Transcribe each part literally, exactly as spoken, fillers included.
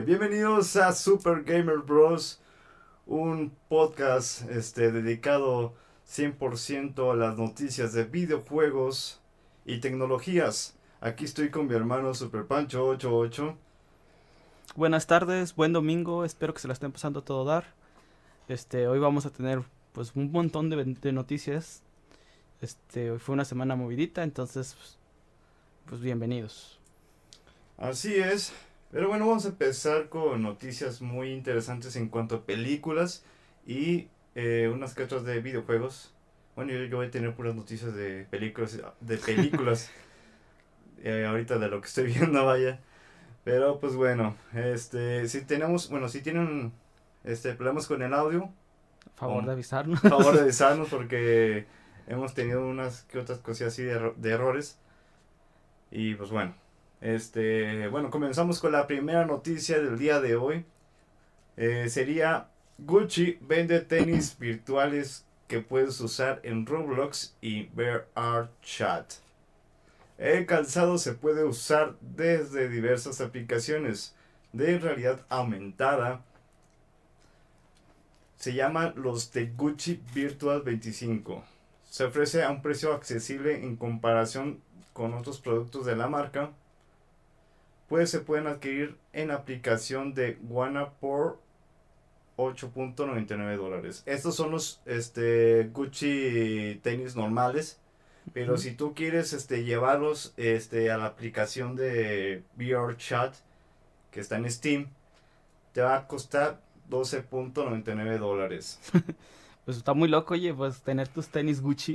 bienvenidos a Super Gamer Bros, un podcast este, dedicado cien por ciento a las noticias de videojuegos y tecnologías. Aquí estoy con mi hermano Super Pancho ochenta y ocho. Buenas tardes, buen domingo, espero que se la estén pasando a todo dar. Este, hoy vamos a tener pues un montón de, de noticias. Este, hoy fue una semana movidita, entonces pues, pues bienvenidos. Así es, pero bueno, vamos a empezar con noticias muy interesantes en cuanto a películas y eh, unas que otras de videojuegos. Bueno, yo, yo voy a tener puras noticias de películas, de películas eh, ahorita de lo que estoy viendo, vaya. Pero pues bueno, este, si tenemos, bueno, si tienen este problemas con el audio, Favor o de avisarnos. favor de avisarnos porque hemos tenido unas que otras cosillas así de, erro- de errores. Y pues bueno, este, bueno, comenzamos con la primera noticia del día de hoy. Eh, sería Gucci vende tenis virtuales que puedes usar en Roblox y VRChat. El calzado se puede usar desde diversas aplicaciones de realidad aumentada. Se llaman los de Gucci Virtual veinticinco. Se ofrece a un precio accesible en comparación con otros productos de la marca. Pues se pueden adquirir en la aplicación de Wanna por ocho punto noventa y nueve dólares. Estos son los este, Gucci tenis normales. Pero Ujú. si tú quieres este, llevarlos este, a la aplicación de VRChat que está en Steam, te va a costar doce punto noventa y nueve dólares. Pues está muy loco, oye, pues tener tus tenis Gucci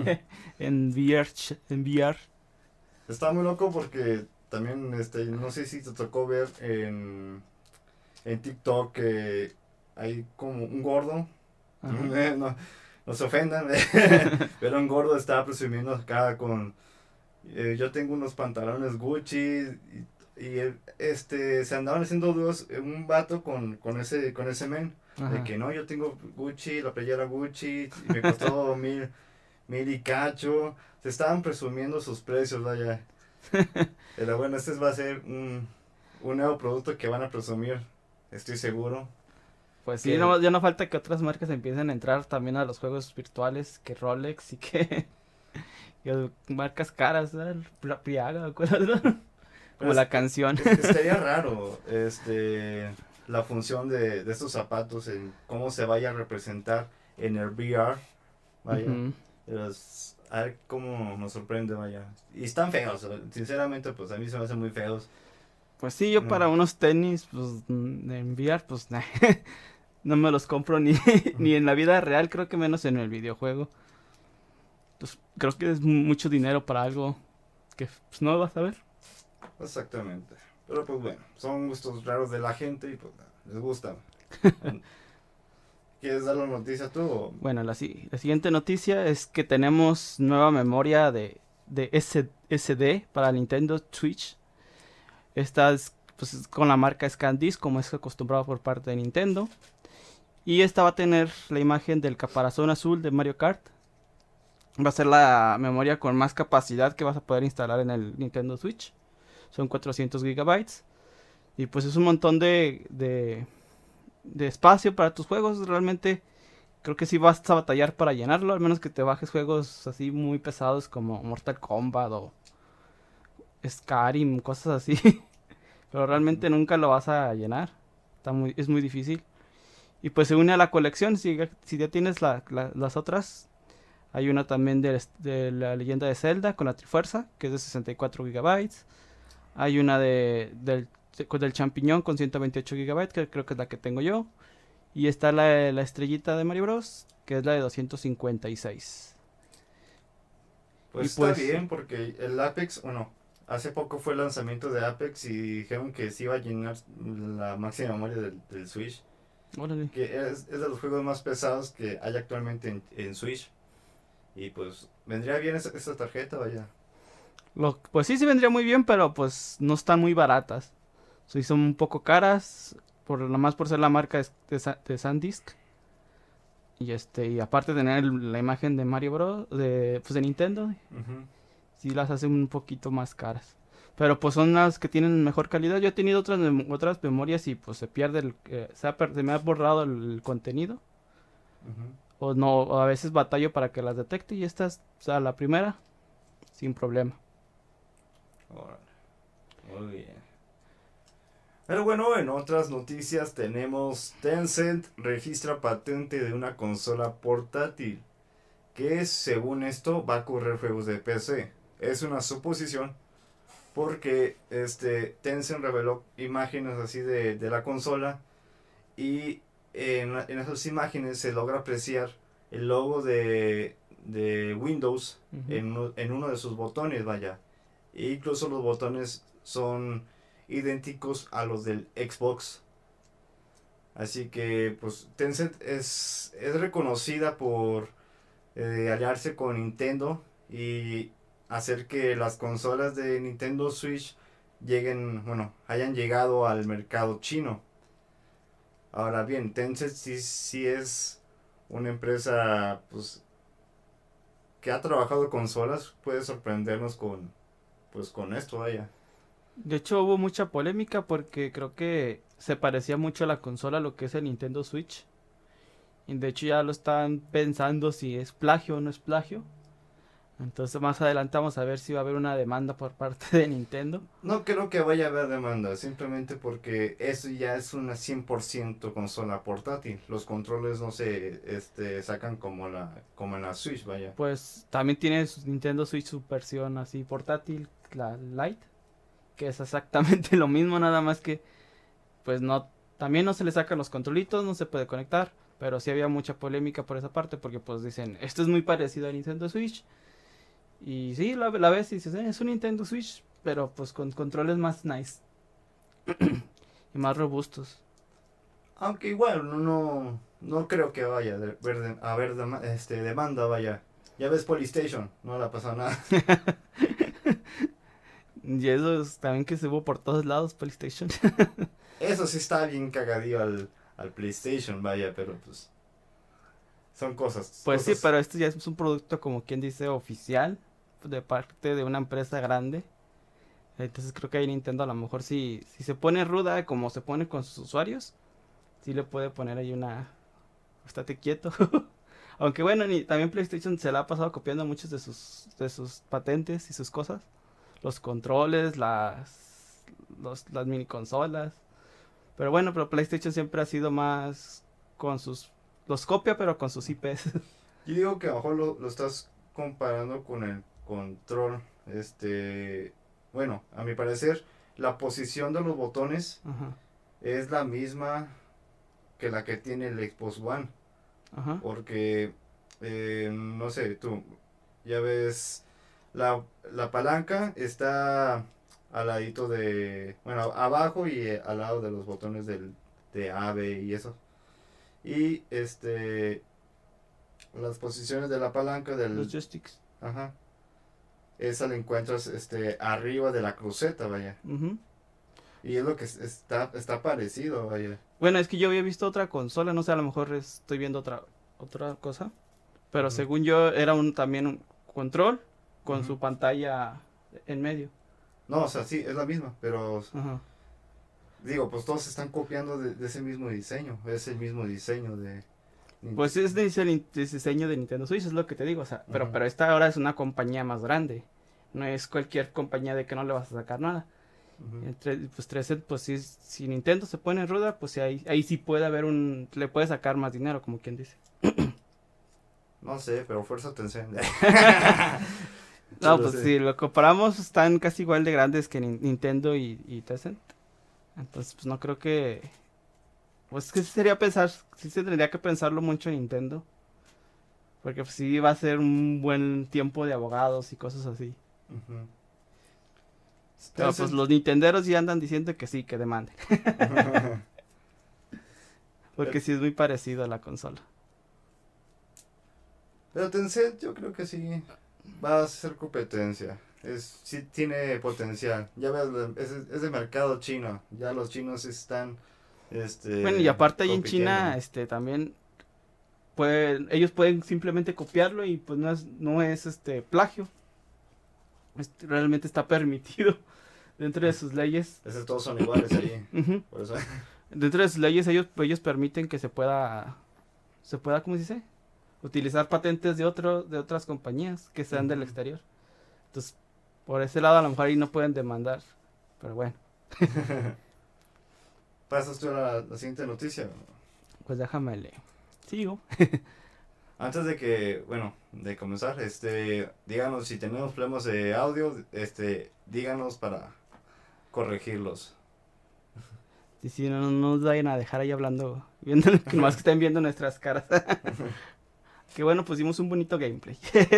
en V R, ch- en V R. Está muy loco porque también, este, no sé si te tocó ver en, en TikTok que hay como un gordo, Ajá. eh, no, no se ofendan, pero un gordo estaba presumiendo acá con, eh, yo tengo unos pantalones Gucci y, y él, este, se andaban haciendo dos, eh, un vato con, con ese, con ese men, de Ajá. que no, yo tengo Gucci, la playera Gucci y me costó mil, mil y cacho, se estaban presumiendo sus precios, vaya. Pero bueno, este va a ser un, un nuevo producto que van a presumir, estoy seguro. Pues sí, Que no, ya no falta que otras marcas empiecen a entrar también a los juegos virtuales, que Rolex y que, que marcas caras, ¿verdad? Pri- Priaga, o cosas, ¿no? Como pues, la canción. es- estaría raro este, la función de, de estos zapatos en cómo se vaya a representar en el V R. Vaya. Ujú. Pero es- a ver cómo nos sorprende, vaya. Y están feos, sinceramente, pues a mí se me hacen muy feos. Pues sí, yo Mm. para unos tenis, pues mm, de enviar, pues nah, no me los compro ni, ni en la vida real, creo que menos en el videojuego. Pues creo que es mucho dinero para algo que pues no vas a ver. Exactamente. Pero pues bueno, son gustos raros de la gente y pues les gusta. ¿Quieres dar la noticia tú? O- Bueno, la, si- la siguiente noticia es que tenemos nueva memoria de, de S- SD para Nintendo Switch. Esta es, pues, es con la marca SanDisk, como es acostumbrado por parte de Nintendo. Y esta va a tener la imagen del caparazón azul de Mario Kart. Va a ser la memoria con más capacidad que vas a poder instalar en el Nintendo Switch. Son cuatrocientos gigabytes. Y pues es un montón de, de, de espacio para tus juegos. Realmente creo que sí vas a batallar para llenarlo. Al menos que te bajes juegos así muy pesados como Mortal Kombat o Skyrim, cosas así. Pero Ujú. realmente nunca lo vas a llenar. Está muy, es muy difícil. Y pues se une a la colección. Si, ya- si ya tienes la- la- las otras, hay una también de, de la leyenda de Zelda con la Trifuerza, que es de sesenta y cuatro gigabytes. Hay una de, del, del champiñón con ciento veintiocho gigabytes, que creo que es la que tengo yo. Y está la, la estrellita de Mario Bros, que es la de doscientos cincuenta y seis. Y Pues está pues, bien porque el Apex, bueno, hace poco fue el lanzamiento de Apex y dijeron que sí iba a llenar la máxima memoria del, del Switch. órale. Que es, es de los juegos más pesados que hay actualmente en, en Switch. Y pues vendría bien esa, esa tarjeta, vaya. Lo, pues sí, sí vendría muy bien, pero pues no están muy baratas. Sí, son un poco caras, por nada más por ser la marca de, de, Sa- de SanDisk. Y este, y aparte de tener la imagen de Mario Bros, de, pues de Nintendo, Ujú. sí las hace un poquito más caras. Pero pues son las que tienen mejor calidad. Yo he tenido otras mem- otras memorias y pues se pierde el, eh, se, ha per- se me ha borrado el, el contenido. Ujú. O no, o a veces batallo para que las detecte y esta es, o sea, la primera, sin problema. Órale, muy bien. Pero bueno, en otras noticias tenemos Tencent registra patente de una consola portátil que según esto va a correr juegos de P C. Es una suposición porque este Tencent reveló imágenes así de, de la consola y en, en esas imágenes se logra apreciar el logo de, de Windows Ujú. en uno, en uno de sus botones, vaya. E incluso los botones son idénticos a los del Xbox. Así que pues Tencent es, es reconocida por eh, aliarse con Nintendo y hacer que las consolas de Nintendo Switch lleguen, bueno, hayan llegado al mercado chino. Ahora bien, Tencent sí, sí es una empresa pues que ha trabajado consolas, puede sorprendernos con pues con esto, vaya. De hecho hubo mucha polémica porque creo que se parecía mucho a la consola a lo que es el Nintendo Switch. Y de hecho ya lo están pensando si es plagio o no es plagio. Entonces más adelante vamos a ver si va a haber una demanda por parte de Nintendo. No creo que vaya a haber demanda, simplemente porque eso ya es una cien por ciento consola portátil. Los controles no se este, sacan como, la, como en la Switch, vaya. Pues también tiene su Nintendo Switch su versión así portátil, la Lite, que es exactamente lo mismo, nada más que pues no, también no se le sacan los controlitos, no se puede conectar, pero sí había mucha polémica por esa parte porque pues dicen, esto es muy parecido a Nintendo Switch y sí, la, la ves y dices, "Eh, es un Nintendo Switch, pero pues con controles más nice y más robustos". Aunque igual, no, no, no creo que vaya a haber, a haber dema- este, demanda, vaya. Ya ves PlayStation, no le ha pasado nada. Y eso es también que se hubo por todos lados PlayStation. Eso sí está bien cagadillo al, al PlayStation, vaya, pero pues son cosas, Pues sí, cosas. pero esto ya es un producto como quien dice oficial de parte de una empresa grande. Entonces creo que ahí Nintendo a lo mejor si, si se pone ruda como se pone con sus usuarios, sí le puede poner ahí una... Estate quieto. Aunque bueno, ni, también PlayStation se la ha pasado copiando muchas de sus, de sus patentes y sus cosas. Los controles, las, los, las mini consolas. Pero bueno, pero PlayStation siempre ha sido más con sus... Los copia pero con sus I Ps. Yo digo que a lo mejor lo, lo estás comparando con el control. Este, bueno, a mi parecer, la posición de los botones Ajá, es la misma que la que tiene el Xbox One. ajá, Porque, eh, no sé, tú ya ves, la, la palanca está al ladito de, bueno, abajo y eh, al lado de los botones del, de A, B y eso. Y este, las posiciones de la palanca los del, joysticks. ajá, esa la encuentras este, arriba de la cruceta, vaya. Ujú. Y es lo que es- está, está parecido, vaya. Bueno, es que yo había visto otra consola, no sé, a lo mejor estoy viendo otra, otra cosa. Pero Ujú, según yo era un también un control con ujú. su pantalla en medio. No, o sea, sí, es la misma, pero Ajá. digo, pues todos están copiando de, de ese mismo diseño. Es el mismo diseño de Pues Nintendo. es de ese el diseño de Nintendo Switch, es lo que te digo, o sea, pero, Ajá. pero esta ahora es una compañía más grande. No es cualquier compañía de que no le vas a sacar nada. Ujú. Entre, pues tres, pues si, si Nintendo se pone ruda, pues sí, ahí, ahí sí puede haber un, le puede sacar más dinero, como quien dice. No sé, pero fuerza atención. No No, lo pues sé. si lo comparamos, están casi igual de grandes que Nin- Nintendo y, y Tencent. Entonces, pues no creo que, pues que sí sería pensar, sí se tendría que pensarlo mucho Nintendo. Porque pues, sí va a ser un buen tiempo de abogados y cosas así. Ujú. Pero pues Tencent. los nintenderos ya andan diciendo que sí, que demanden. Porque sí es muy parecido a la consola. Pero Tencent yo creo que sí va a ser competencia. Es, sí tiene potencial. Ya ves, es, es de mercado chino. Ya los chinos están Bueno, y este, aparte ahí en China, compitiendo. este, también pueden, ellos pueden simplemente copiarlo y pues no es, no es este plagio. Es- realmente está permitido. dentro de sus leyes. Esos todos son iguales ahí. Uh-huh. Por eso. Dentro de sus leyes ellos, ellos permiten que se pueda, se pueda, ¿cómo se dice? Utilizar patentes de otro, de otras compañías que sean uh-huh. del exterior. Entonces, por ese lado a lo mejor ahí no pueden demandar, pero bueno. ¿Pasas tú a la, la siguiente noticia? Pues déjame leer. Sigo. Antes de que, bueno, de comenzar, este, díganos si tenemos problemas de audio, este, díganos para corregirlos. Sí, sí, no, no nos vayan a dejar ahí hablando, viendo, que nomás que estén viendo nuestras caras. Que bueno, pusimos un bonito gameplay.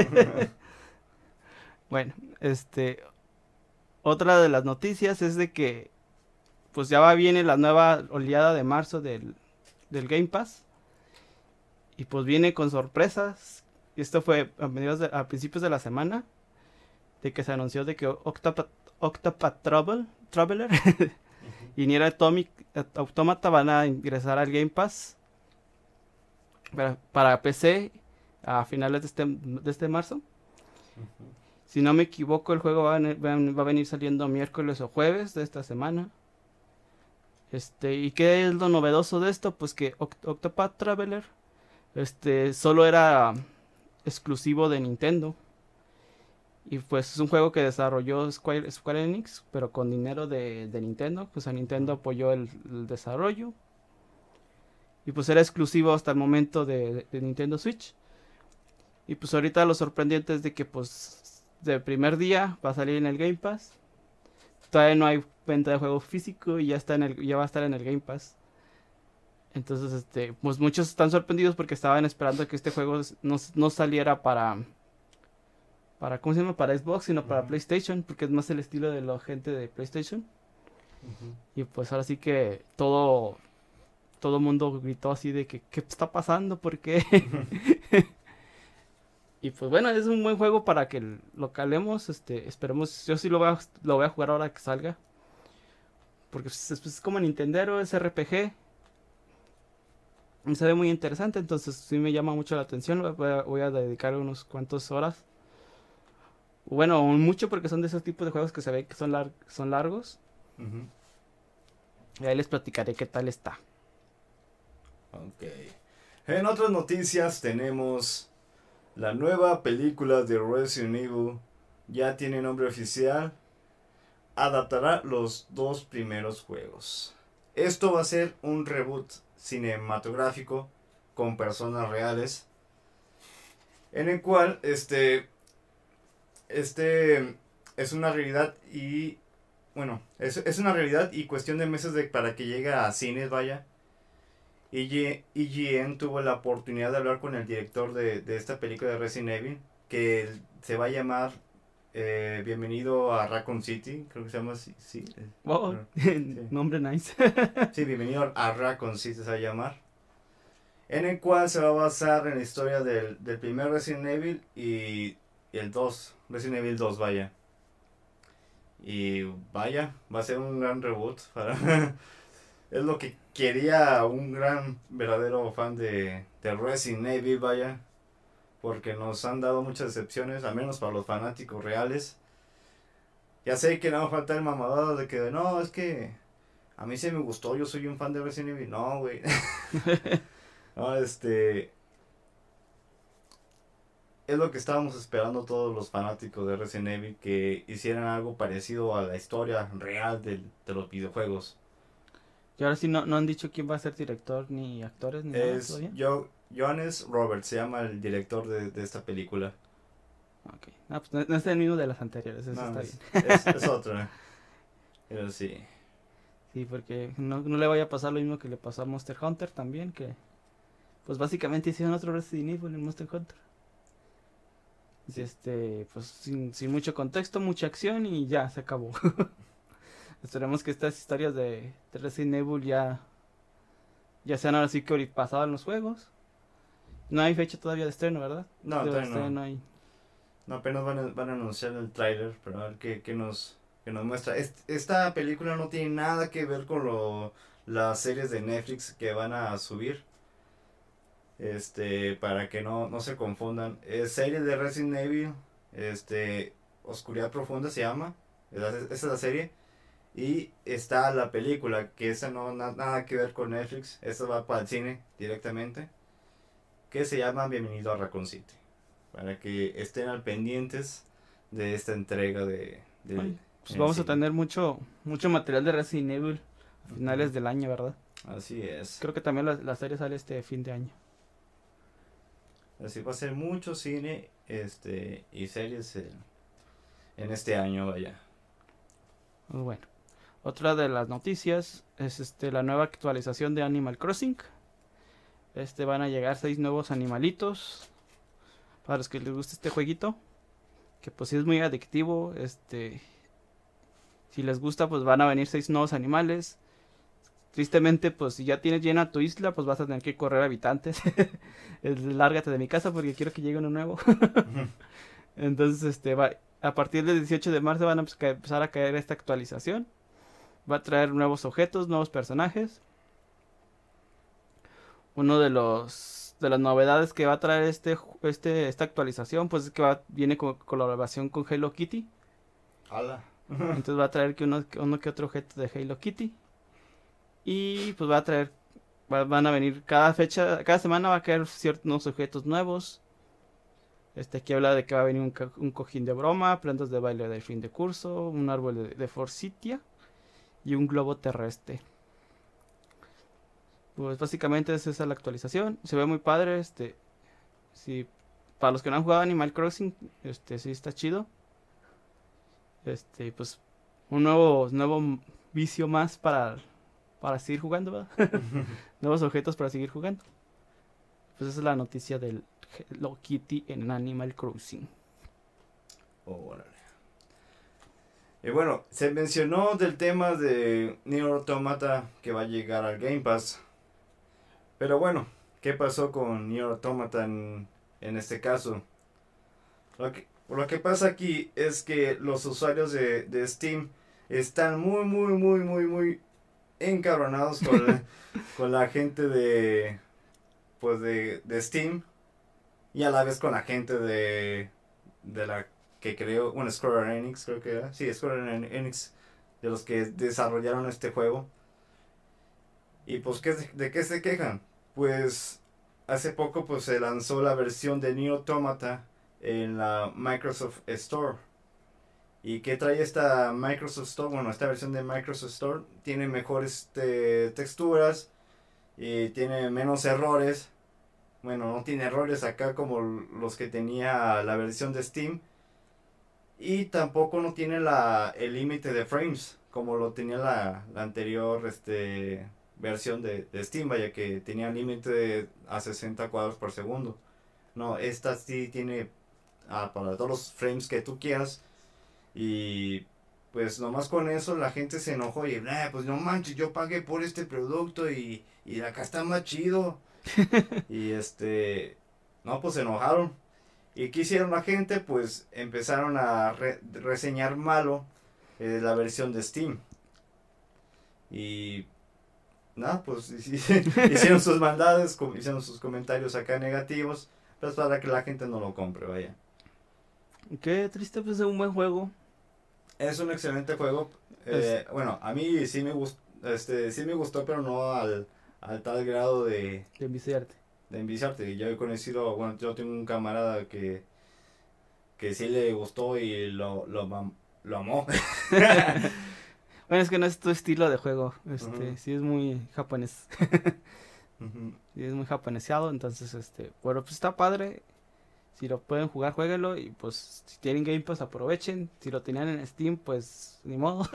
Bueno, este, otra de las noticias es de que, pues ya va, viene la nueva oleada de marzo del, del Game Pass. Y pues viene con sorpresas. Y esto fue a, mediados de, a principios de la semana. De que se anunció de que Octopath, Octopath Travel, Traveler uh-huh. y Nier Atomic, Automata van a ingresar al Game Pass. Para, para P C a finales de este, de este marzo. Uh-huh. Si no me equivoco, el juego va a, va a venir saliendo miércoles o jueves de esta semana. Este, ¿y qué es lo novedoso de esto? Pues que Oct- Octopath Traveler este, solo era exclusivo de Nintendo. Y pues es un juego que desarrolló Square, Square Enix, pero con dinero de, de Nintendo. Pues a Nintendo apoyó el, el desarrollo. Y pues era exclusivo hasta el momento de, de, de Nintendo Switch. Y pues ahorita lo sorprendente es de que pues de primer día va a salir en el Game Pass. Todavía no hay venta de juego físico y ya está en el, ya va a estar en el Game Pass. Entonces, este, pues muchos están sorprendidos porque estaban esperando que este juego no, no saliera para, para, ¿cómo se llama? Para Xbox, sino para uh-huh. PlayStation, porque es más el estilo de la gente de PlayStation. Uh-huh. Y pues ahora sí que todo, todo mundo gritó así de que, ¿qué está pasando? ¿Por qué? Uh-huh. Y pues bueno, es un buen juego para que lo calemos, este, esperemos, yo sí lo voy a, lo voy a jugar ahora que salga. Porque pues, es, es como Nintendero, es R P G. Y se ve muy interesante, entonces sí me llama mucho la atención, voy a, voy a dedicar unos cuantos horas. Bueno, mucho porque son de esos tipos de juegos que se ve que son, lar- son largos. Uh-huh. Y ahí les platicaré qué tal está. Ok. En otras noticias tenemos... La nueva película de Resident Evil ya tiene nombre oficial. Adaptará los dos primeros juegos. Esto va a ser un reboot cinematográfico con personas reales. En el cual este, este es una realidad y... Bueno, es, es una realidad y cuestión de meses de, para que llegue a cines, vaya. I G N tuvo la oportunidad de hablar con el director de, de esta película de Resident Evil, que se va a llamar eh, Bienvenido a Raccoon City, creo que se llama así, sí. Oh, sí. Nombre nice. Sí, Bienvenido a Raccoon City se va a llamar, en el cual se va a basar en la historia del, del primer Resident Evil y el dos, Resident Evil dos, vaya. Y vaya, va a ser un gran reboot para... Es lo que quería un gran, verdadero fan de, de Resident Evil, vaya. Porque nos han dado muchas decepciones, al menos para los fanáticos reales. Ya sé que no va a faltar el mamador de que, no, es que a mí sí me gustó, yo soy un fan de Resident Evil. No, güey. No, este... Es lo que estábamos esperando todos los fanáticos de Resident Evil, que hicieran algo parecido a la historia real de, de los videojuegos. Y ahora sí no, no han dicho quién va a ser director, ni actores, ni es nada todavía. Jo- Johannes Roberts, se llama el director de, de esta película. Ok, ah, pues no, no es el mismo de las anteriores, eso No, está es, bien. es, es otro. Pero sí. Sí, porque no, no le vaya a pasar lo mismo que le pasó a Monster Hunter también, que pues básicamente hicieron otro Resident Evil en Monster Hunter. Sí. Este, pues sin, sin mucho contexto, mucha acción y ya, se acabó. Esperemos que estas historias de, de Resident Evil ya, ya sean ahora sí que ahorita pasado en los juegos. No hay fecha todavía de estreno, ¿verdad? No, de todavía estreno no. Hay... No, apenas van a, van a anunciar el tráiler, pero a ver qué, qué, nos, qué nos muestra. Est, esta película no tiene nada que ver con lo, las series de Netflix que van a subir. Este, para que no, no se confundan. Es serie de Resident Evil, este, Oscuridad Profunda se llama. Esa, esa es la serie. Y está la película, que esa no na- nada que ver con Netflix, esa va para el cine directamente, que se llama Bienvenido a Raccoon City, para que estén al pendientes de esta entrega de, de Ay, pues en el vamos a cine. tener mucho, mucho material de Resident Evil a finales Ujú. del año, ¿verdad? Así es. Creo que también la, la serie sale este fin de año. Así va a ser mucho cine este y series en, en este año, vaya. Pues bueno, otra de las noticias es este la nueva actualización de Animal Crossing. Este van a llegar seis nuevos animalitos para los que les guste este jueguito, que pues sí es muy adictivo. Este, si les gusta, pues van a venir seis nuevos animales. Tristemente, pues si ya tienes llena tu isla, pues vas a tener que correr habitantes. Es, lárgate de mi casa porque quiero que llegue uno nuevo. Entonces, este va a partir del dieciocho de marzo van a empe- empezar a caer esta actualización. Va a traer nuevos objetos, nuevos personajes. Uno de los de las novedades que va a traer este ju- este esta actualización, pues es que va viene con colaboración con Hello Kitty. Hala. Entonces va a traer que uno, uno que otro objeto de Hello Kitty. Y pues va a traer, va- van a venir cada fecha, cada semana va a caer ciertos nuevos objetos nuevos. Este aquí habla de que va a venir un, ca- un cojín de broma, plantas de baile del fin de curso, un árbol de, de forsythia y un globo terrestre. Pues básicamente esa es la actualización. Se ve muy padre, este, si para los que no han jugado Animal Crossing, este sí está chido. Este, pues un nuevo nuevo m- vicio más para para seguir jugando, ¿verdad? Nuevos objetos para seguir jugando. Pues esa es la noticia del Hello Kitty en Animal Crossing. Órale. Y bueno, se mencionó del tema de Nier Automata que va a llegar al Game Pass. Pero bueno, ¿qué pasó con Nier Automata en, en este caso? Lo que, lo que pasa aquí es que los usuarios de, de Steam están muy, muy, muy, muy, muy encabronados con la, con la gente de, pues de, de Steam y a la vez con la gente de, de la que creó, bueno, Square Enix creo que era, sí, Square Enix, de los que desarrollaron este juego. Y pues, ¿qué, ¿de qué se quejan? Pues hace poco pues se lanzó la versión de Nier Automata en la Microsoft Store. ¿Y qué trae esta Microsoft Store? Bueno, esta versión de Microsoft Store tiene mejores este, texturas y tiene menos errores. Bueno, no tiene errores acá como los que tenía la versión de Steam. Y tampoco no tiene la, el límite de frames como lo tenía la, la anterior este, versión de, de Steam, vaya que tenía límite a sesenta cuadros por segundo. No, esta sí tiene ah, para todos los frames que tú quieras. Y pues nomás con eso la gente se enojó y "Nah, pues no manches, yo pagué por este producto y, y acá está más chido". Y este, no, pues se enojaron. ¿Y qué hicieron la gente? Pues empezaron a re- reseñar malo eh, la versión de Steam. Y nada, pues hicieron sus maldades, com- hicieron sus comentarios acá negativos, pues para que la gente no lo compre, vaya. Qué triste, pues es un buen juego. Es un excelente juego. Es Eh, bueno, a mí sí me gustó, este, sí me gustó, pero no al, al tal grado de, de enviciarte. de enviciarte. Yo he conocido, bueno, yo tengo un camarada que, que sí le gustó y lo, lo, mam- lo amó. Bueno, es que no es tu estilo de juego. Ujú, Este, sí es muy japonés. ujú. Sí es muy japoneseado, entonces este, bueno, pues está padre. Si lo pueden jugar, jueguenlo y pues si tienen Game Pass aprovechen. Si lo tenían en Steam, pues ni modo.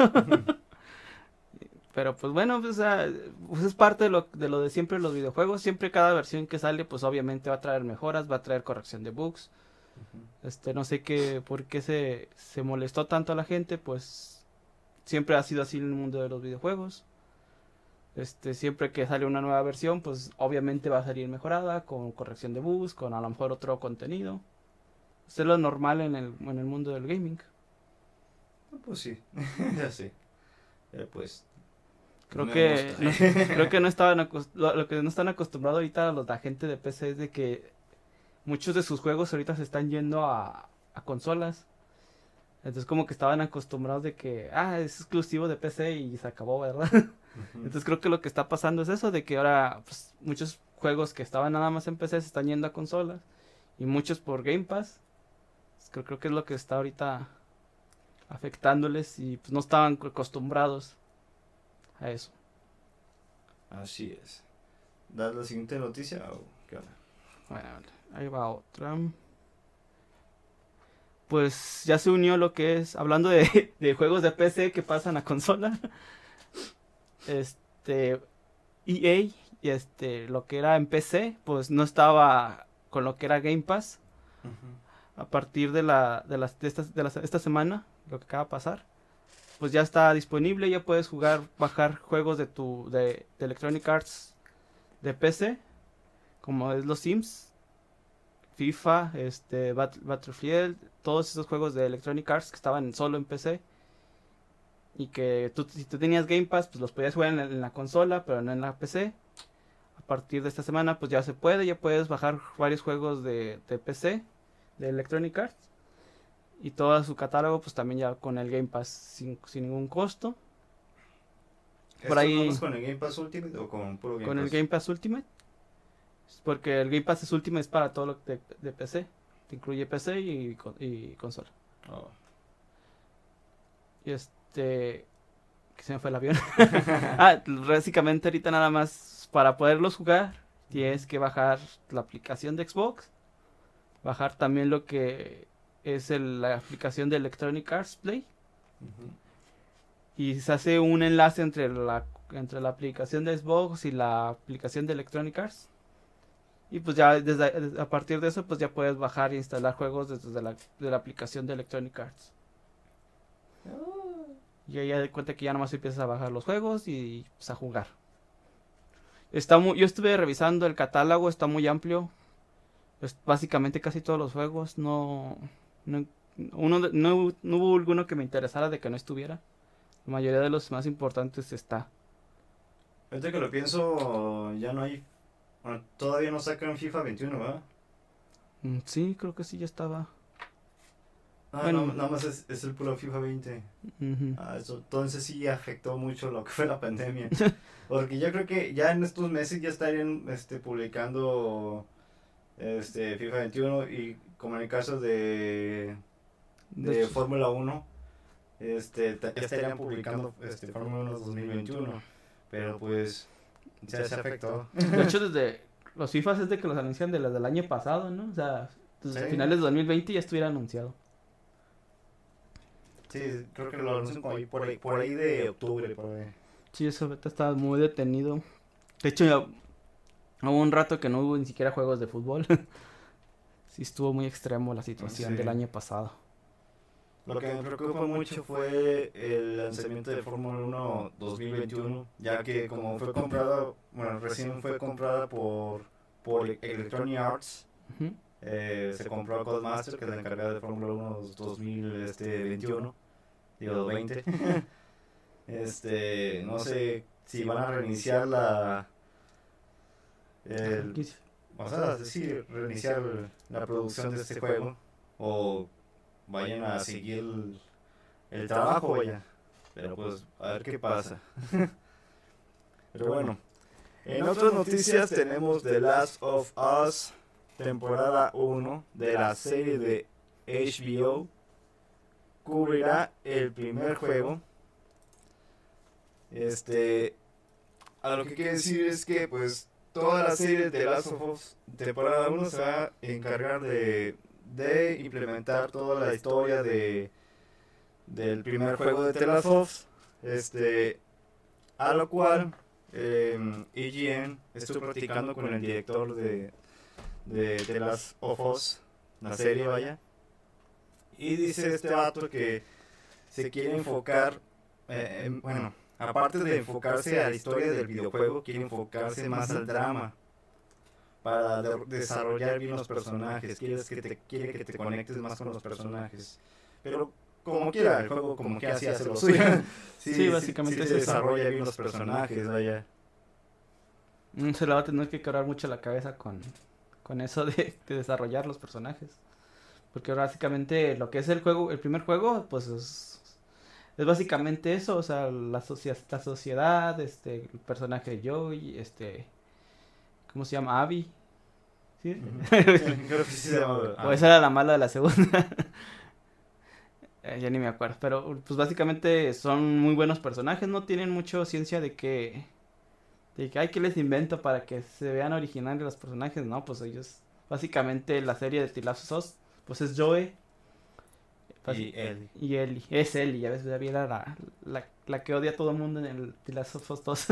Pero pues bueno, pues, o sea, pues, es parte de lo, de lo de siempre los videojuegos. Siempre cada versión que sale, pues obviamente va a traer mejoras, va a traer corrección de bugs. Este, no sé qué, por qué se, se molestó tanto a la gente, pues siempre ha sido así en el mundo de los videojuegos. Este, siempre que sale una nueva versión, pues obviamente va a salir mejorada, con corrección de bugs, con a lo mejor otro contenido. Esto es lo normal en el, en el mundo del gaming. Pues sí, ya sé. Eh, pues no Creo me que gusta. no, creo que no estaban acos- lo, lo que no están acostumbrados ahorita los la gente de P C es de que muchos de sus juegos ahorita se están yendo a, a consolas. Entonces como que estaban acostumbrados de que, ah, es exclusivo de P C y se acabó, ¿verdad? Ujú. Entonces creo que lo que está pasando es eso, de que ahora pues, muchos juegos que estaban nada más en P C se están yendo a consolas y muchos por Game Pass. Pues, creo, creo que es lo que está ahorita afectándoles y pues no estaban acostumbrados a eso. Así es. ¿Das la siguiente noticia o qué onda? Bueno, ahí va otra. Pues ya se unió lo que es, hablando de, de juegos de P C que pasan a consola, este, E A, y este, lo que era en P C, pues no estaba con lo que era Game Pass. Ujú. A partir de la, de las, de esta, de las- esta semana, lo que acaba de pasar, pues ya está disponible, ya puedes jugar, bajar juegos de tu, de, de Electronic Arts de P C, como es los Sims, FIFA, este, Bat- Battlefield, todos esos juegos de Electronic Arts que estaban solo en P C y que tú, si tú tenías Game Pass, pues los podías jugar en la, en la consola, pero no en la P C. A partir de esta semana, pues ya se puede, ya puedes bajar varios juegos de, de P C, de Electronic Arts, y todo su catálogo, pues también ya con el Game Pass sin, sin ningún costo. Por ¿Esto ahí nomás con el Game Pass Ultimate o con puro Game con el Pass? Game Pass Ultimate, porque el Game Pass es Ultimate es para todo lo de, de P C, te incluye P C y, con- y consola. Oh. Y este, que se me fue el avión. Ah, básicamente ahorita nada más para poderlos jugar tienes que bajar la aplicación de Xbox, bajar también lo que es el- la aplicación de Electronic Arts Play Ujú. y se hace un enlace entre la entre la aplicación de Xbox y la aplicación de Electronic Arts y pues ya desde a partir de eso pues ya puedes bajar e instalar juegos desde la, de la aplicación de Electronic Arts. Y ahí ya de cuenta que ya nomás empiezas a bajar los juegos y pues, a jugar. Está muy, yo estuve revisando el catálogo, está muy amplio. Es básicamente casi todos los juegos. No, no, uno de- no, no hubo alguno que me interesara de que no estuviera. La mayoría de los más importantes está. Ahorita que lo pienso, ya no hay. Bueno, todavía no sacan FIFA veintiuno, ¿verdad? Mm, sí, creo que sí ya estaba. Ah, Bueno, no, nada más es, es el puro FIFA veinte. ujú. Ah, eso, entonces sí afectó mucho lo que fue la pandemia. Porque yo creo que ya en estos meses ya estarían este, publicando este, FIFA veintiuno y como en el caso de, De de hecho, Fórmula uno, este, ta- ya estarían publicando este, Fórmula uno dos mil veintiuno. Pero pues ya se afectó. de hecho, desde los FIFAs es de que los anuncian de los del año pasado, ¿no? O sea, desde Sí. finales de dos mil veinte ya estuviera anunciado. Sí, creo que lo anuncian como ahí, por, ahí, por ahí de octubre. Por ahí. Sí, eso ahorita está muy detenido. De hecho, ya hubo un rato que no hubo ni siquiera juegos de fútbol. Sí, estuvo muy extremo la situación Sí. del año pasado. Lo que me preocupa mucho fue el lanzamiento de Fórmula uno dos mil veintiuno, ya que como fue comprada, bueno, recién fue comprada por, por Electronic Arts, Ujú. eh, se compró a Codemaster, que es la encargada de Fórmula uno dos mil veintiuno, digo veinte. Este, no sé si van a reiniciar la, el, Franquicia. o sea, sí, reiniciar la producción de este juego, o vayan a seguir el, el trabajo, vaya. Pero pues, a ver qué pasa. Pero bueno, en otras noticias tenemos The Last of Us, temporada uno de la serie de H B O. Cubrirá el primer juego. Este, a lo que quiere decir es que pues toda la serie de The Last of Us, temporada uno, se va a encargar de, de implementar toda la historia de del primer juego de The Last of Us, este, a lo cual eh, I G N estuvo practicando con el director de, de The Last of Us, la serie, vaya, y dice este vato que se quiere enfocar, eh, en- bueno, aparte de enfocarse a la historia del videojuego, quiere enfocarse más al drama para de- desarrollar bien los personajes, quieres que te, quiere que te conectes más con los personajes, pero como quiera, el juego como que así hace lo suyo. Sí, Sí, básicamente sí, es sí eso. desarrolla bien los personajes, vaya. Mm, Se le va a tener que quebrar mucho la cabeza con, con eso de, de desarrollar los personajes. Porque básicamente lo que es el juego, el primer juego, pues es, es básicamente eso, o sea, la, socia la sociedad, este, el personaje de Joey, este, ¿cómo se llama? Abby. ¿Sí? Uh-huh. Creo que sí se llama. O esa era la mala de la segunda. eh, ya ni me acuerdo, pero pues básicamente son muy buenos personajes, no tienen mucho ciencia de que, de que hay que les invento para que se vean originales los personajes, no, pues ellos, básicamente la serie de The Last of Us, pues es Joey. Y Ellie. Y Ellie. Es Ellie, ya ves, David era la, la, la que odia a todo el mundo en el The Last of Us dos.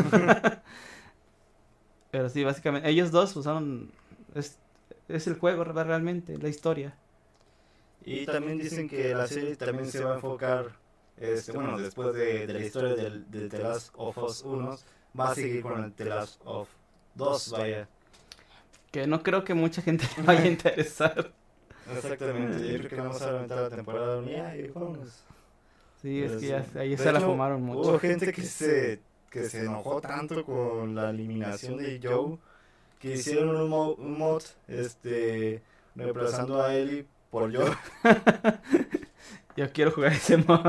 Pero sí, básicamente, ellos dos usaron, es, es el juego realmente, la historia. Y también dicen que la serie también se va a enfocar, este, bueno, después de, de la historia del, del The Last of Us uno, va a seguir con el The Last of dos, vaya. Que no creo que mucha gente le vaya a interesar. Exactamente, yo creo que vamos a aventar la temporada uno y vamos. Sí, es que ya, ahí de se la hecho, fumaron mucho. Hubo gente que se, que se enojó tanto con la eliminación de Joe que hicieron un, mo un mod este, reemplazando a Ellie por Joe. Yo quiero jugar ese mod.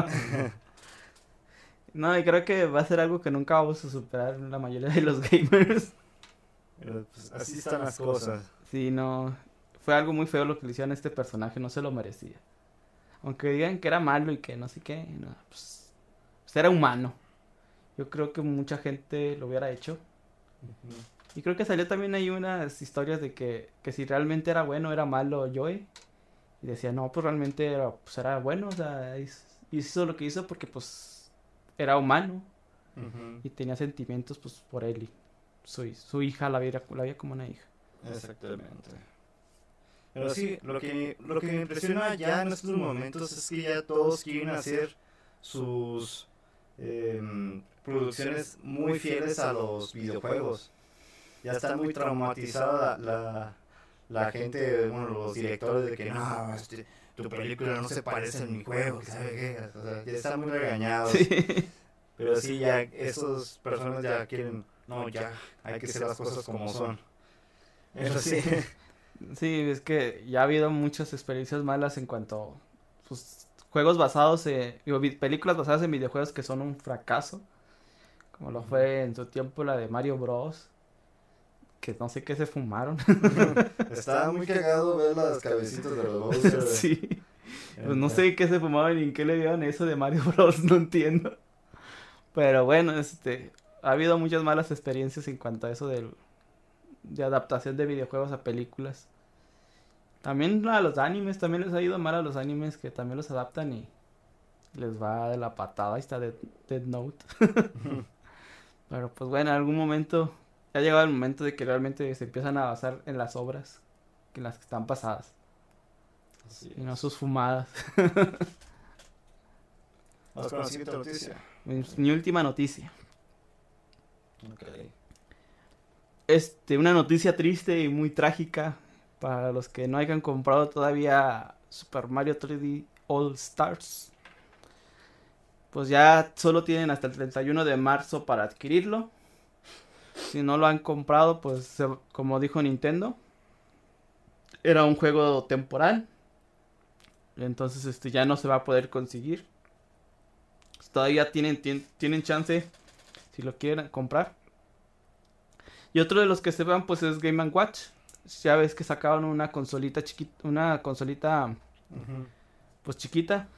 No, y creo que va a ser algo que nunca vamos a superar la mayoría de los gamers. Pero, pues, así están las cosas. Sí, no. Fue algo muy feo lo que le hicieron a este personaje, no se lo merecía. Aunque digan que era malo y que no sé qué, no, pues, pues era humano. Yo creo que mucha gente lo hubiera hecho. Uh-huh. Y creo que salió también ahí unas historias de que, que si realmente era bueno o era malo Joey. Y decía, no, pues realmente era, pues era bueno, o sea, hizo lo que hizo porque pues era humano. Uh-huh. Y tenía sentimientos pues por él y su, su hija la veía, la veía como una hija. Exactamente. Pero sí, lo que, lo que me impresiona ya en estos momentos es que ya todos quieren hacer sus eh, producciones muy fieles a los videojuegos. Ya está muy traumatizada la, la, la gente, bueno, los directores de que no, este, tu película no se parece a mi juego, ¿sabe qué? O sea, ya están muy regañados. Sí. Pero sí, ya esas personas ya quieren, no, ya hay que hacer las cosas como son. Eso sí. Sí, es que ya ha habido muchas experiencias malas en cuanto a pues, juegos basados en, digo, películas basadas en videojuegos que son un fracaso, como lo fue en su tiempo la de Mario Bros, que no sé qué se fumaron. Estaba muy cagado ver las cabecitas de los Bowser. Sí, pues no sé qué se fumaban y en qué le dieron eso de Mario Bros, no entiendo. Pero bueno, este, ha habido muchas malas experiencias en cuanto a eso del de adaptación de videojuegos a películas. También a los animes, también les ha ido mal a los animes que también los adaptan y les va de la patada. Ahí está Dead, Dead Note. Pero pues bueno, en algún momento ha llegado el momento de que realmente se empiezan a basar en las obras, en las que están pasadas. Así y no sus fumadas. Vamos con la siguiente noticia. Mi, mi última noticia. Okay. Este, una noticia triste y muy trágica para los que no hayan comprado todavía Super Mario tres D All Stars. Pues ya solo tienen hasta el treinta y uno de marzo para adquirirlo. Si no lo han comprado, pues se, como dijo Nintendo, era un juego temporal. Entonces este ya no se va a poder conseguir. Todavía tienen, tienen, tienen chance si lo quieren comprar. Y otro de los que se van pues es Game and Watch. Ya ves que sacaron una consolita chiquita, una consolita uh-huh. pues chiquita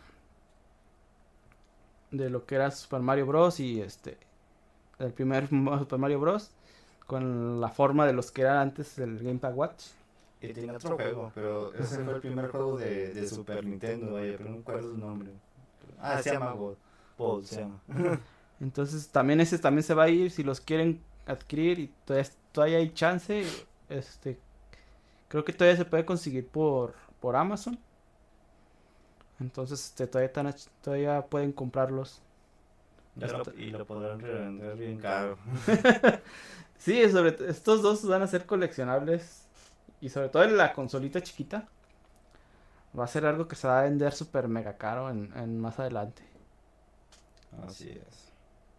de lo que era Super Mario Bros. Y este el primer Super Mario Bros. Con la forma de los que era antes el Game and Watch. Y tiene otro juego, pero ese fue el primer juego de, de Super Nintendo, vaya, pero no recuerdo su nombre. Ah, se llama Ball, Ball se llama. Entonces también ese también se va a ir si los quieren adquirir y todavía, todavía hay chance. Este, creo que todavía se puede conseguir por, por Amazon. Entonces este, todavía, están, todavía pueden comprarlos. Lo, y lo podrán revender bien caro. Sí, sobre estos dos van a ser coleccionables. Y sobre todo en la consolita chiquita. Va a ser algo que se va a vender súper mega caro en, en más adelante. Así es.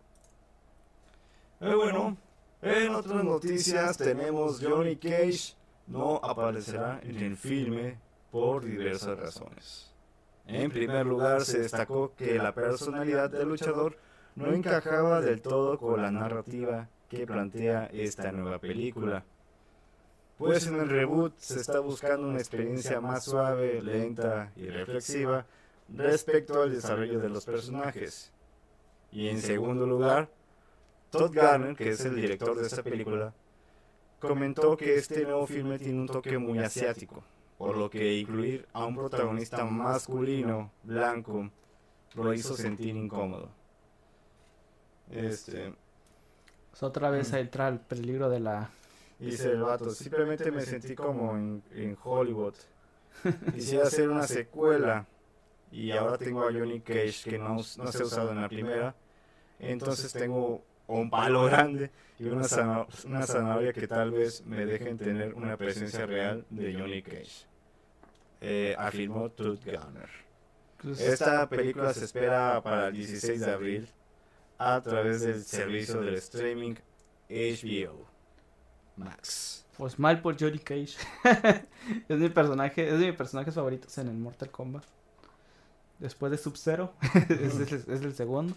Eh, bueno, en otras noticias tenemos Johnny Cage no aparecerá en el filme por diversas razones. En primer lugar, se destacó que la personalidad del luchador no encajaba del todo con la narrativa que plantea esta nueva película. Pues en el reboot se está buscando una experiencia más suave, lenta y reflexiva respecto al desarrollo de los personajes. Y en segundo lugar, Todd Garner, que es el director de esta película, comentó que este nuevo filme tiene un toque muy asiático, por lo que incluir a un protagonista masculino, blanco, lo hizo sentir incómodo. Este... Pues otra vez entra el peligro de la... Dice el vato, simplemente me sentí como en, en Hollywood. Quisiera hacer una secuela y ahora tengo a Johnny Cage que no, no se ha usado en la primera. Entonces tengo un palo grande y una, zana- una zanahoria que tal vez me dejen tener una presencia real de Johnny Cage. Eh, afirmó Todd Garner. Esta película se espera para el dieciséis de abril a través del servicio del streaming H B O Max. Pues mal por Johnny Cage. Es mi personaje, es de mis personajes favoritos en el Mortal Kombat. Después de Sub-Zero, es, es, es el segundo.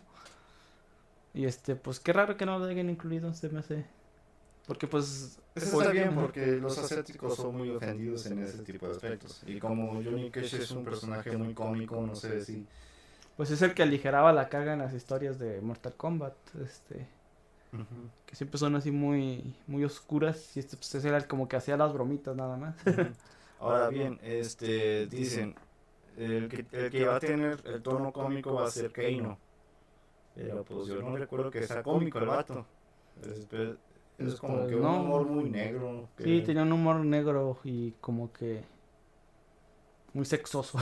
Y este, pues qué raro que no lo hayan incluido, se me hace. Porque pues... Eso está bien porque los asiáticos son muy ofendidos en ese tipo de aspectos. Y como Johnny Cage es un personaje muy cómico, no sé si... Pues es el que aligeraba la carga en las historias de Mortal Kombat, este... Uh-huh. Que siempre son así muy muy oscuras y este pues era el como que hacía las bromitas nada más. Uh-huh. Ahora bien, este, dicen, el que, el que va a tener el tono cómico va a ser Kano. Pero pues yo no recuerdo que sea cómico el vato. Es, es como Pues que no. un humor muy negro. Que... Sí, tenía un humor negro y como que muy sexoso.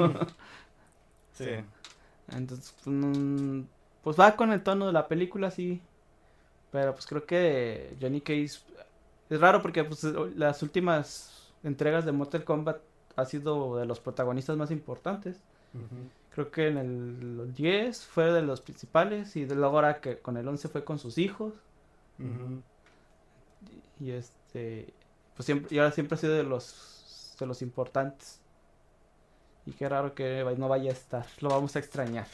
Sí. Entonces, pues, mm, pues va con el tono de la película, sí. Pero pues creo que Johnny Cage es raro porque pues las últimas entregas de Mortal Kombat ha sido de los protagonistas más importantes. Uh-huh. Creo que en el diez fue de los principales y luego ahora que con el once fue con sus hijos. Uh-huh. Y, y este pues siempre y ahora siempre ha sido de los de los importantes. Y qué raro que no vaya a estar, lo vamos a extrañar.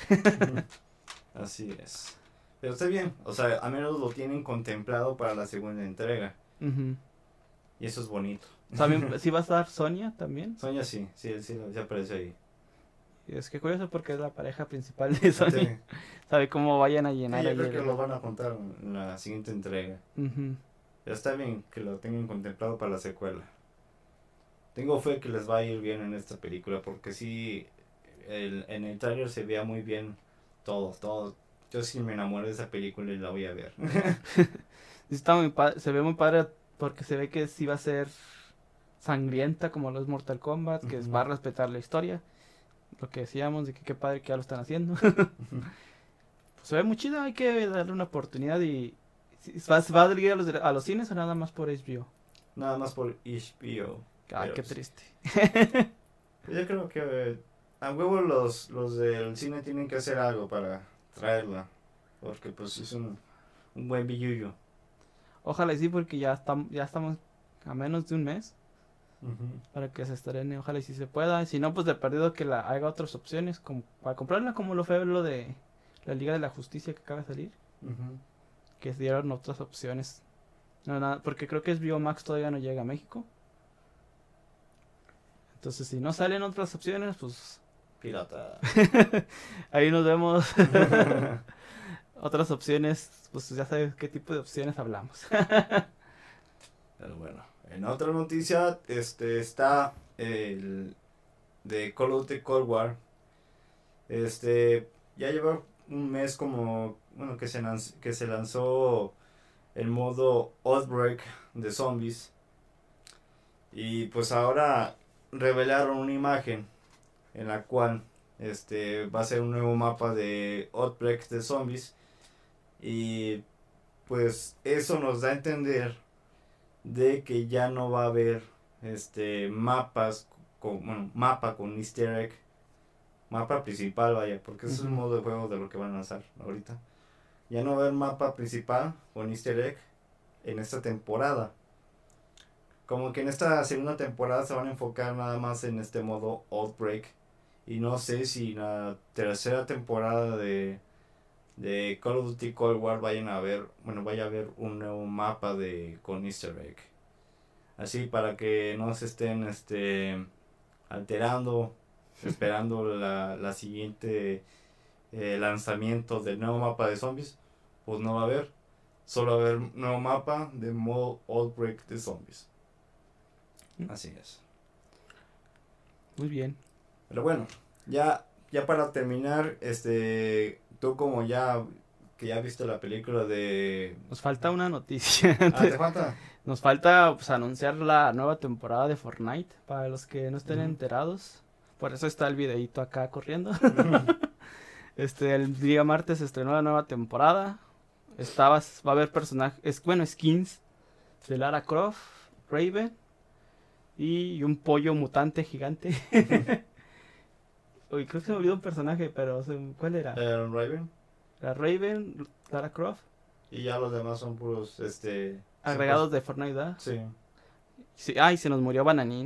Así es. Pero está bien, o sea, al menos lo tienen contemplado para la segunda entrega. Uh-huh. Y eso es bonito. ¿También, ¿sí va a estar Sonia también? Sonia sí, sí, sí, sí aparece ahí. Y es que curioso porque es la pareja principal de Sonia. Sí. Sabe cómo vayan a llenar. Sí, yo creo que lo van a contar en la siguiente entrega. Uh-huh. Ya está bien que lo tengan contemplado para la secuela. Tengo fe que les va a ir bien en esta película porque sí, el, en el trailer se veía muy bien todo, todo. Yo sí me enamoré de esa película y la voy a ver. Está muy padre, se ve muy padre porque se ve que sí va a ser sangrienta como los Mortal Kombat, que uh-huh. va a respetar la historia. Lo que decíamos de que qué padre que ya lo están haciendo. Uh-huh. Pues se ve muy chido, hay que darle una oportunidad y... ¿Va, va a dirigir a los, a los cines o nada más por H B O? Nada más por H B O. Ay, qué triste. Yo creo que a huevo los, los del cine tienen que hacer algo para traerla. Porque pues es un, un buen billullo. Ojalá y sí, porque ya estamos, ya estamos a menos de un mes. Uh-huh. Para que se estrene, ojalá y si se pueda. Si no, pues de perdido que la haga otras opciones como para comprarla, como lo fue lo de la Liga de la Justicia que acaba de salir. Uh-huh. Que dieron otras opciones. No, nada, porque creo que es Biomax todavía no llega a México. Entonces, si no salen otras opciones, pues... pirata. Ahí nos vemos. Otras opciones, pues ya sabes qué tipo de opciones hablamos. Pero bueno, en otra noticia este está el de Call of Duty Cold War. Este ya lleva un mes como bueno que se lanzó, que se lanzó el modo Outbreak de zombies. Y pues ahora revelaron una imagen en la cual este va a ser un nuevo mapa de Outbreak de zombies. Y pues eso nos da a entender de que ya no va a haber este mapas con bueno, mapa con easter egg, mapa principal, vaya, porque ese uh-huh. es el modo de juego de lo que van a lanzar ahorita. Ya no va a haber mapa principal con easter egg en esta temporada. como que en esta segunda temporada se van a enfocar nada más en este modo Outbreak. Y no sé si en la tercera temporada de, de Call of Duty Cold War vayan a ver, bueno, vaya a haber un nuevo mapa de con Easter egg. Así para que no se estén este alterando, esperando la, la siguiente eh, lanzamiento del nuevo mapa de zombies. Pues no va a haber. Solo va a haber un nuevo mapa de modo Outbreak de zombies. Así es. Muy bien. Pero bueno, ya, ya para terminar, este, tú como ya, que ya viste la película de... Nos falta una noticia. Ah, ¿te falta? Nos falta pues anunciar la nueva temporada de Fortnite para los que no estén Ujú. enterados. Por eso está el videito acá corriendo. Este, el día martes se estrenó la nueva temporada. Estaba, va a haber personajes, bueno, skins de Lara Croft, Raven y un pollo mutante gigante. Uy, creo que se me olvidó un personaje, pero se- ¿cuál era? El Raven. La Raven, Lara Croft, Y ya los demás son puros, este... agregados de Fortnite, ¿verdad? Sí. Sí, ay, se nos murió Bananín.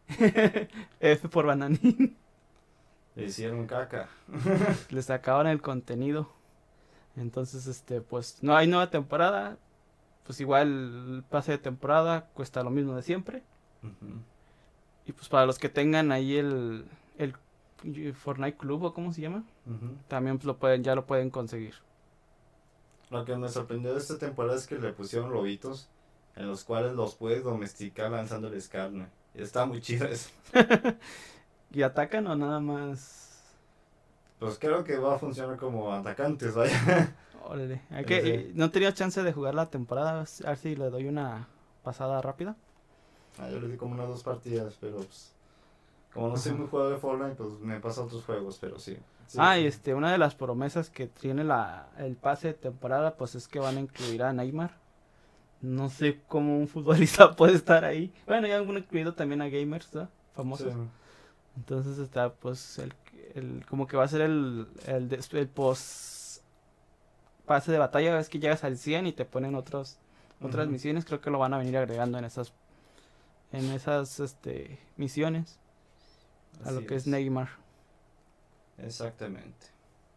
F por Bananín. Le hicieron caca. Le sacaban el contenido. Entonces, este, pues no hay nueva temporada. Pues igual el pase de temporada cuesta lo mismo de siempre. Ujú. Y pues para los que tengan ahí el, el Fortnite Club o cómo se llama, Ujú. también pues lo pueden, ya lo pueden conseguir. Lo que me sorprendió de esta temporada es que le pusieron lobitos en los cuales los puedes domesticar lanzándoles carne. Y está muy chido eso. ¿Y atacan o nada más? Pues creo que va a funcionar como atacantes, vaya. Órale, hay Sí, que, sí. eh, no he tenido chance de jugar la temporada, a ver si le doy una pasada rápida. Ah, yo le di como unas dos partidas, pero pues... Como no soy Ajá. muy jugador de Fortnite, pues me paso a otros juegos, pero sí. Sí, Ah, sí. y este, una de las promesas que tiene la, el pase de temporada, pues es que van a incluir a Neymar. No sé cómo un futbolista puede estar ahí. Bueno, ya han incluido también a gamers, ¿no? Famosos. Sí. Entonces está, pues, el, el, como que va a ser el, el, des- el post pase de batalla. Ves que llegas al cien y te ponen otros, otras Ujú. misiones. Creo que lo van a venir agregando en esas, en esas, este, misiones. A lo Así que es es. Neymar. Exactamente.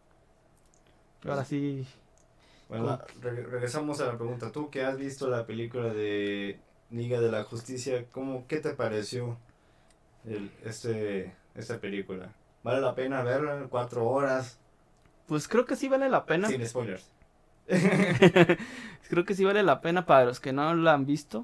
Ahora sí, Bueno, re- regresamos a la pregunta. Tú que has visto la película de Liga de la Justicia, ¿cómo, qué te pareció el, este, esta película? ¿Vale la pena verla? ¿Cuatro horas? pues creo que sí vale la pena. Sin spoilers. Creo que sí vale la pena para los que no la han visto.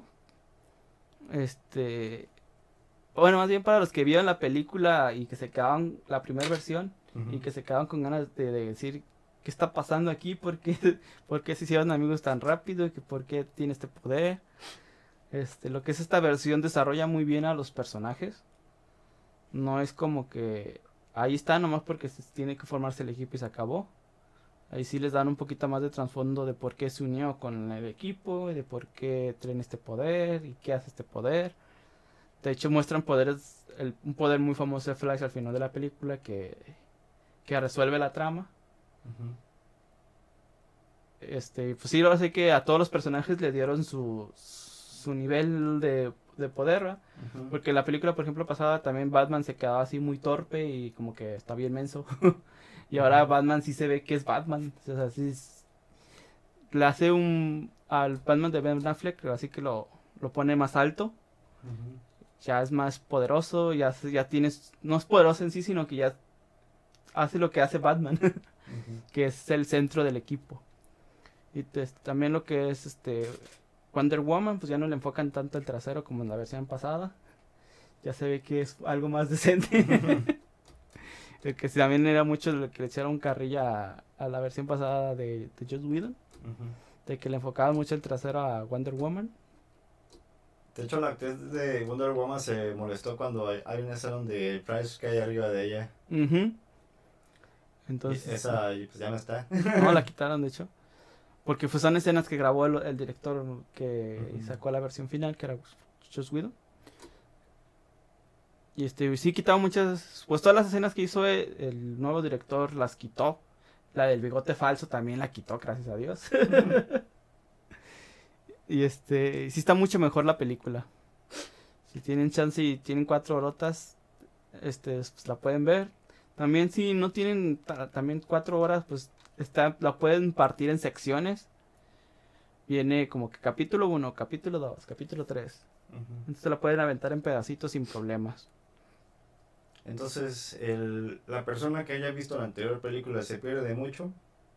Este, bueno, más bien para los que vieron la película y que se quedaban la primera versión Ujú. y que se quedaban con ganas de, de decir qué está pasando aquí, por qué, por qué se hicieron amigos tan rápido, que por qué tiene este poder. Este, lo que es esta versión desarrolla muy bien a los personajes. No es como que ahí está nomás porque se tiene que formarse el equipo y se acabó. Ahí sí les dan un poquito más de trasfondo de por qué se unió con el equipo, y de por qué tiene este poder y qué hace este poder. De hecho muestran poderes, el- un poder muy famoso de Flash al final de la película que, que resuelve la trama. Ujú. Este, pues sí, ahora sí que a todos los personajes le dieron su, su nivel de, de poder, ¿verdad? Ujú. Porque en la película, por ejemplo, pasada también Batman se quedaba así muy torpe y como que está bien menso. Y ahora Ujú. Batman sí se ve que es Batman. O sea, sí es- le hace un... Al Batman de Ben Affleck, así que lo, lo pone más alto. Ujú. Ya es más poderoso, ya, se- ya tienes... No es poderoso en sí, sino que ya hace lo que hace Batman, Ujú. que es el centro del equipo. Y pues, también lo que es este Wonder Woman, pues ya no le enfocan tanto el trasero como en la versión pasada. Ya se ve que es algo más decente. El que sí también era mucho lo que le echaron carrilla a, a la versión pasada de, de Joss Whedon, Ujú. de que le enfocaban mucho el trasero a Wonder Woman. De hecho, la actriz de Wonder Woman se molestó cuando hay, hay una escena donde el Price cae arriba de ella. Ujú. Y Entonces, esa y pues ya no está. no la quitaron, de hecho. Porque pues, son escenas que grabó el, el director que Ujú. sacó la versión final, que era Joss Whedon. Y este, sí quitaba muchas, pues todas las escenas que hizo el, el nuevo director las quitó. La del bigote falso también la quitó, gracias a Dios. Y este, sí está mucho mejor la película. Si tienen chance y tienen cuatro horotas, este, pues la pueden ver. También si no tienen ta- también cuatro horas, pues está, la pueden partir en secciones. Viene como que capítulo uno, capítulo dos, capítulo tres. Ujú. Entonces la pueden aventar en pedacitos sin problemas. Entonces, el, la persona que haya visto la anterior película se pierde de mucho.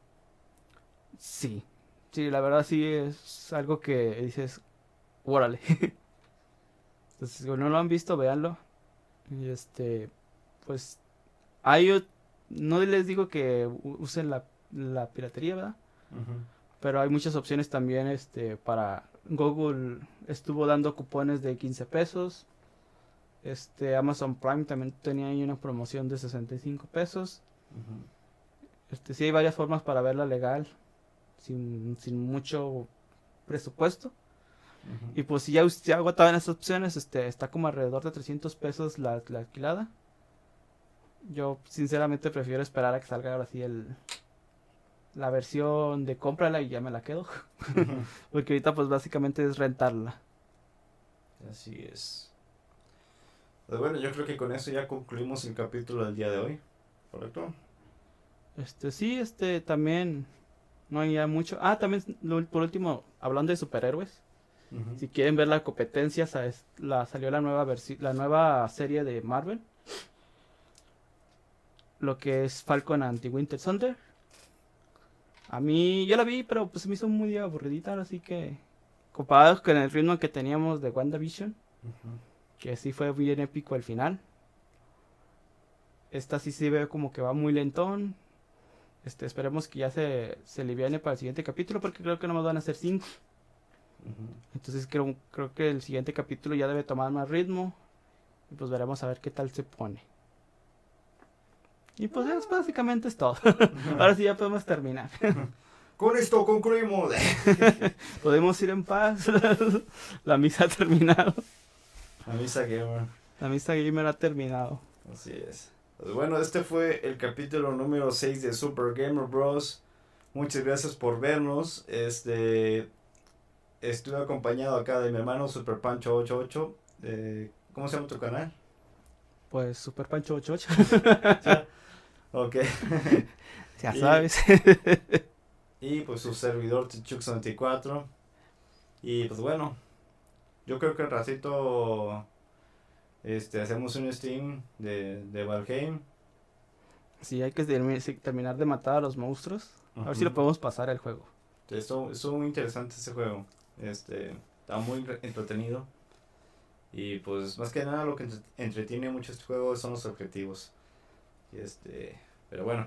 Sí, sí, la verdad sí es algo que dices, órale. Entonces, si no lo han visto, véanlo. Y este, pues, hay, o- no les digo que u- usen la, la piratería, ¿verdad? Ujú. Pero hay muchas opciones también, este, para Google estuvo dando cupones de quince pesos. Este, Amazon Prime también tenía ahí una promoción de sesenta y cinco pesos. Ujú. Este, sí hay varias formas para verla legal, sin, sin mucho presupuesto. Ujú. Y pues si ya usted agotaban esas opciones, este, está como alrededor de trescientos pesos la, la alquilada. Yo sinceramente prefiero esperar a que salga ahora sí el, la versión de cómprala y ya me la quedo. Ujú. Porque ahorita pues básicamente es rentarla. Así es. Pues bueno, yo creo que con eso ya concluimos el capítulo del día de hoy. ¿Correcto? Este, sí, este, también no hay ya mucho. Ah, también, lo- por último, hablando de superhéroes. Ujú. Si quieren ver la competencia, ¿sabes? La, salió la nueva versi- la nueva serie de Marvel. Lo que es Falcon and the Winter Soldier. A mí, yo la vi, pero pues se me hizo muy aburridita, así que comparado con el ritmo que teníamos de WandaVision, Ujú. que sí fue bien épico al final. Esta sí se ve como que va muy lentón. Este, esperemos que ya se, se liviane para el siguiente capítulo, porque creo que no me van a hacer cinco. Ujú. Entonces creo, creo que el siguiente capítulo ya debe tomar más ritmo. Y pues veremos a ver qué tal se pone. Y pues ya, básicamente es todo. Ahora sí ya podemos terminar. Con esto concluimos. Podemos ir en paz. La misa ha terminado. La misa gamer. La misa gamer ha terminado. Así es. Pues bueno, este fue el capítulo número seis de Super Gamer Bros. Muchas gracias por vernos. Este estuve acompañado acá de mi hermano Super Pancho ochenta y ocho. Eh, ¿Cómo se llama tu canal? Pues Super Pancho ocho ocho. Ok. Ya Y- sabes. Y pues su servidor Tichuk setenta y cuatro. Y pues bueno, yo creo que al ratito este hacemos un stream de, de Valheim. Sí, hay que termi- sí, terminar de matar a los monstruos. A ver si lo Ujú. podemos pasar el juego. Estuvo, estuvo muy interesante ese juego. Este, está muy re- entretenido. Y pues más que nada lo que entre- entretiene mucho este juego son los objetivos. Y este, pero bueno.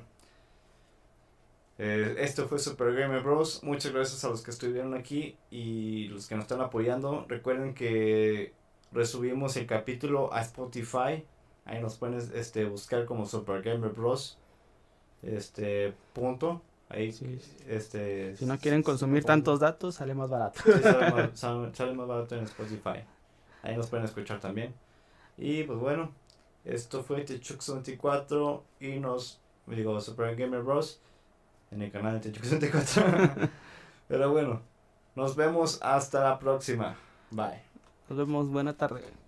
Eh, esto fue Super Gamer Bros. Muchas gracias a los que estuvieron aquí y los que nos están apoyando. Recuerden que resubimos el capítulo a Spotify. Ahí nos pueden este, buscar como Super Gamer Bros. Este, punto. Ahí, Sí, sí. este, Si no quieren consumir tantos datos, sale más barato. Sí, sale más, sale- sale más barato en Spotify. Ahí nos pueden escuchar también. Y pues bueno, esto fue Techuk setenta y cuatro y nos, digo, Super Gamer Bros. En el canal de Techuk setenta y cuatro. Pero bueno, nos vemos hasta la próxima. Bye. Nos vemos, buena tarde.